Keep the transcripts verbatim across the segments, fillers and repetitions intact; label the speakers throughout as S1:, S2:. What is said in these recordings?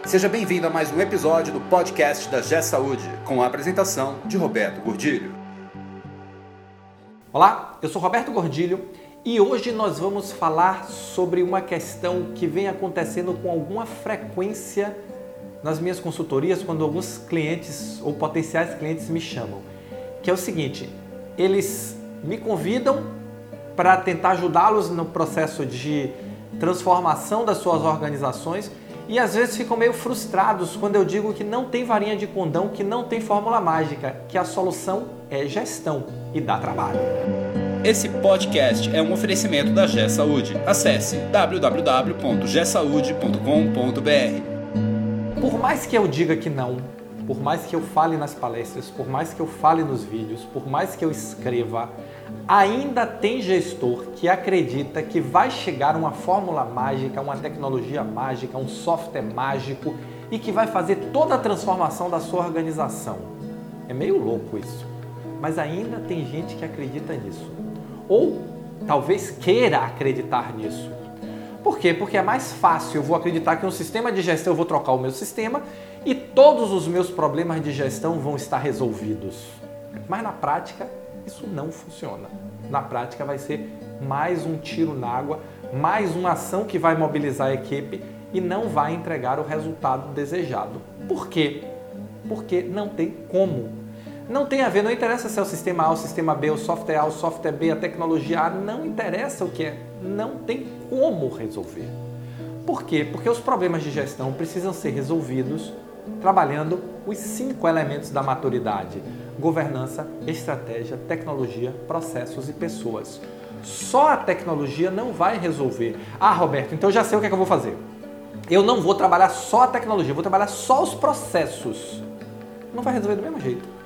S1: Seja bem-vindo a mais um episódio do podcast da G E Saúde, com a apresentação de Roberto Gordilho.
S2: Olá, eu sou Roberto Gordilho e hoje nós vamos falar sobre uma questão que vem acontecendo com alguma frequência nas minhas consultorias quando alguns clientes ou potenciais clientes me chamam, que é o seguinte: eles me convidam para tentar ajudá-los no processo de transformação das suas organizações e às vezes ficam meio frustrados quando eu digo que não tem varinha de condão, que não tem fórmula mágica, que a solução é gestão e dá trabalho.
S1: Esse podcast é um oferecimento da G E Saúde. Acesse w w w ponto g saúde ponto com ponto b r.
S2: Por mais que eu diga que não, por mais que eu fale nas palestras, por mais que eu fale nos vídeos, por mais que eu escreva, ainda tem gestor que acredita que vai chegar uma fórmula mágica, uma tecnologia mágica, um software mágico e que vai fazer toda a transformação da sua organização. É meio louco isso, mas ainda tem gente que acredita nisso. Ou talvez queira acreditar nisso. Por quê? Porque é mais fácil eu vou acreditar que um sistema de gestão, eu vou trocar o meu sistema e todos os meus problemas de gestão vão estar resolvidos. Mas na prática, isso não funciona. Na prática vai ser mais um tiro na água, mais uma ação que vai mobilizar a equipe e não vai entregar o resultado desejado. Por quê? Porque não tem como. Não tem a ver, não interessa se é o sistema A, o sistema B, o software A, o software B, a tecnologia A, não interessa o que é, não tem como resolver. Por quê? Porque os problemas de gestão precisam ser resolvidos trabalhando os cinco elementos da maturidade: governança, estratégia, tecnologia, processos e pessoas. Só a tecnologia não vai resolver. Ah, Roberto, então eu já sei o que é que eu vou fazer. Eu não vou trabalhar só a tecnologia, eu vou trabalhar só os processos. Não vai resolver do mesmo jeito.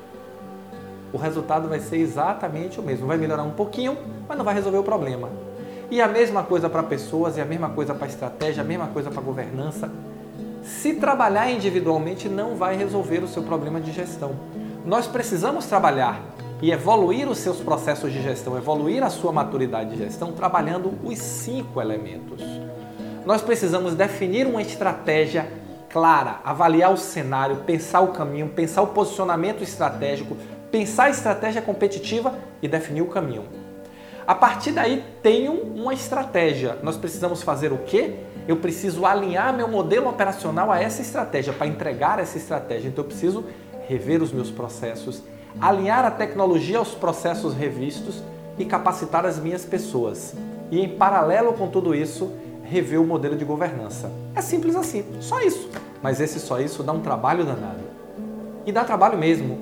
S2: O resultado vai ser exatamente o mesmo. Vai melhorar um pouquinho, mas não vai resolver o problema. E a mesma coisa para pessoas, e a mesma coisa para estratégia, a mesma coisa para governança. Se trabalhar individualmente não vai resolver o seu problema de gestão. Nós precisamos trabalhar e evoluir os seus processos de gestão, evoluir a sua maturidade de gestão trabalhando os cinco elementos. Nós precisamos definir uma estratégia clara, avaliar o cenário, pensar o caminho, pensar o posicionamento estratégico, pensar a estratégia competitiva e definir o caminho. A partir daí, tenho uma estratégia. Nós precisamos fazer o quê? Eu preciso alinhar meu modelo operacional a essa estratégia, para entregar essa estratégia. Então, eu preciso rever os meus processos, alinhar a tecnologia aos processos revistos e capacitar as minhas pessoas. E, em paralelo com tudo isso, rever o modelo de governança. É simples assim, só isso. Mas esse só isso dá um trabalho danado. E dá trabalho mesmo.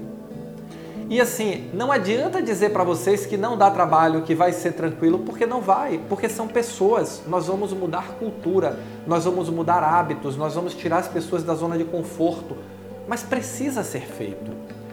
S2: E assim, não adianta dizer para vocês que não dá trabalho, que vai ser tranquilo, porque não vai, porque são pessoas. Nós vamos mudar cultura, nós vamos mudar hábitos, nós vamos tirar as pessoas da zona de conforto, mas precisa ser feito.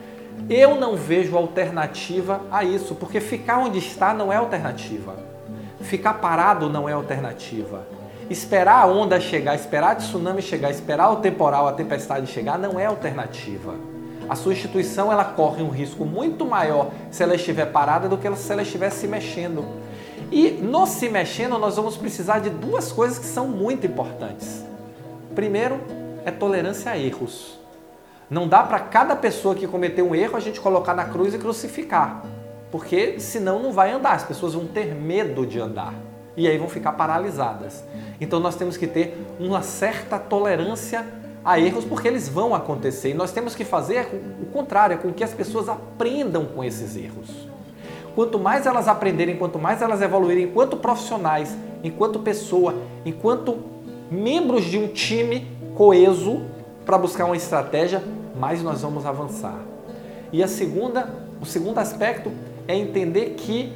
S2: Eu não vejo alternativa a isso, porque ficar onde está não é alternativa. Ficar parado não é alternativa. Esperar a onda chegar, esperar a tsunami chegar, esperar o temporal, a tempestade chegar, não é alternativa. A sua instituição ela corre um risco muito maior se ela estiver parada do que se ela estiver se mexendo. E no se mexendo nós vamos precisar de duas coisas que são muito importantes. Primeiro é tolerância a erros. Não dá para cada pessoa que cometeu um erro a gente colocar na cruz e crucificar, porque senão não vai andar, as pessoas vão ter medo de andar e aí vão ficar paralisadas. Então nós temos que ter uma certa tolerância a erros, porque eles vão acontecer e nós temos que fazer o contrário, é com que as pessoas aprendam com esses erros. Quanto mais elas aprenderem, quanto mais elas evoluírem enquanto profissionais, enquanto pessoa, enquanto membros de um time coeso para buscar uma estratégia, mais nós vamos avançar. E a segunda, o segundo aspecto é entender que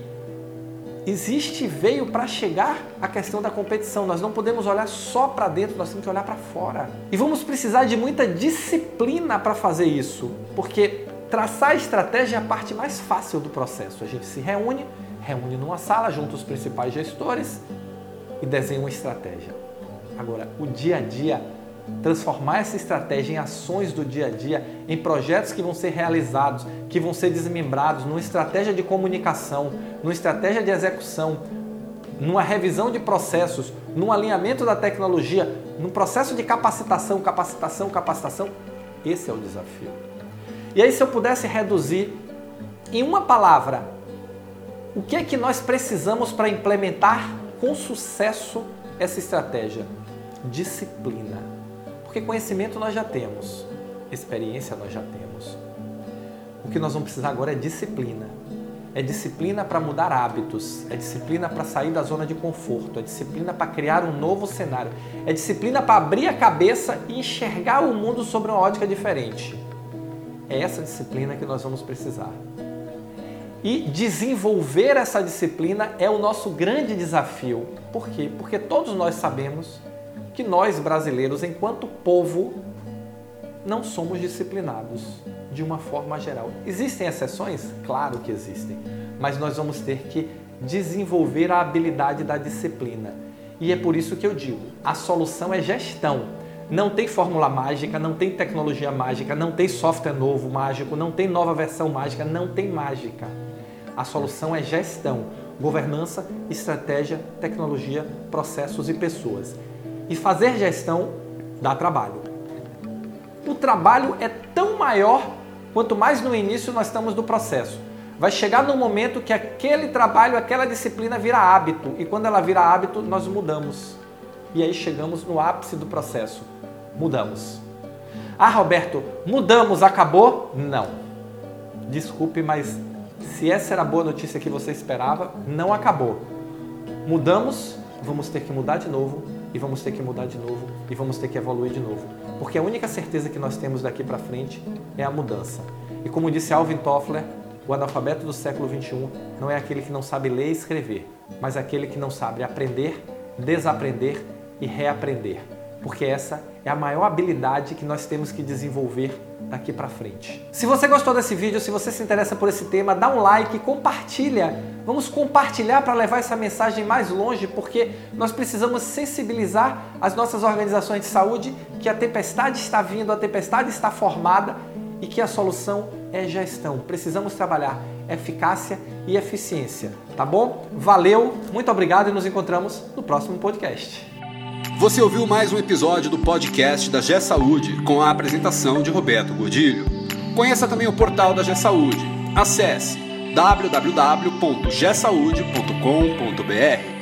S2: existe veio para chegar a questão da competição. Nós não podemos olhar só para dentro, nós temos que olhar para fora. E vamos precisar de muita disciplina para fazer isso, porque traçar a estratégia é a parte mais fácil do processo. A gente se reúne, reúne numa sala, junta os principais gestores e desenha uma estratégia. Agora, o dia a dia, transformar essa estratégia em ações do dia a dia, em projetos que vão ser realizados, que vão ser desmembrados, numa estratégia de comunicação, numa estratégia de execução, numa revisão de processos, num alinhamento da tecnologia, num processo de capacitação, capacitação, capacitação, esse é o desafio. E aí, se eu pudesse reduzir em uma palavra, o que é que nós precisamos para implementar com sucesso essa estratégia? Disciplina. Porque conhecimento nós já temos, experiência nós já temos. O que nós vamos precisar agora é disciplina. É disciplina para mudar hábitos, é disciplina para sair da zona de conforto, é disciplina para criar um novo cenário, é disciplina para abrir a cabeça e enxergar o mundo sob uma ótica diferente. É essa disciplina que nós vamos precisar. E desenvolver essa disciplina é o nosso grande desafio. Por quê? Porque todos nós sabemos que nós brasileiros, enquanto povo, não somos disciplinados de uma forma geral. Existem exceções? Claro que existem. Mas nós vamos ter que desenvolver a habilidade da disciplina. E é por isso que eu digo, a solução é gestão. Não tem fórmula mágica, não tem tecnologia mágica, não tem software novo mágico, não tem nova versão mágica, não tem mágica. A solução é gestão, governança, estratégia, tecnologia, processos e pessoas. E fazer gestão dá trabalho. O trabalho é tão maior quanto mais no início nós estamos do processo. Vai chegar num momento que aquele trabalho, aquela disciplina vira hábito. E quando ela vira hábito, nós mudamos. E aí chegamos no ápice do processo. Mudamos. Ah, Roberto, mudamos, acabou? Não. Desculpe, mas se essa era a boa notícia que você esperava, não acabou. Mudamos, vamos ter que mudar de novo, e vamos ter que mudar de novo, e vamos ter que evoluir de novo. Porque a única certeza que nós temos daqui para frente é a mudança. E como disse Alvin Toffler, o analfabeto do século vinte e um não é aquele que não sabe ler e escrever, mas aquele que não sabe aprender, desaprender e reaprender. Porque essa é a maior habilidade que nós temos que desenvolver daqui para frente. Se você gostou desse vídeo, se você se interessa por esse tema, dá um like, compartilha. Vamos compartilhar para levar essa mensagem mais longe, porque nós precisamos sensibilizar as nossas organizações de saúde que a tempestade está vindo, a tempestade está formada e que a solução é gestão. Precisamos trabalhar eficácia e eficiência, tá bom? Valeu, muito obrigado e nos encontramos no próximo podcast.
S1: Você ouviu mais um episódio do podcast da G E Saúde com a apresentação de Roberto Gordilho. Conheça também o portal da G E Saúde. Acesse w w w ponto g saúde ponto com ponto b r.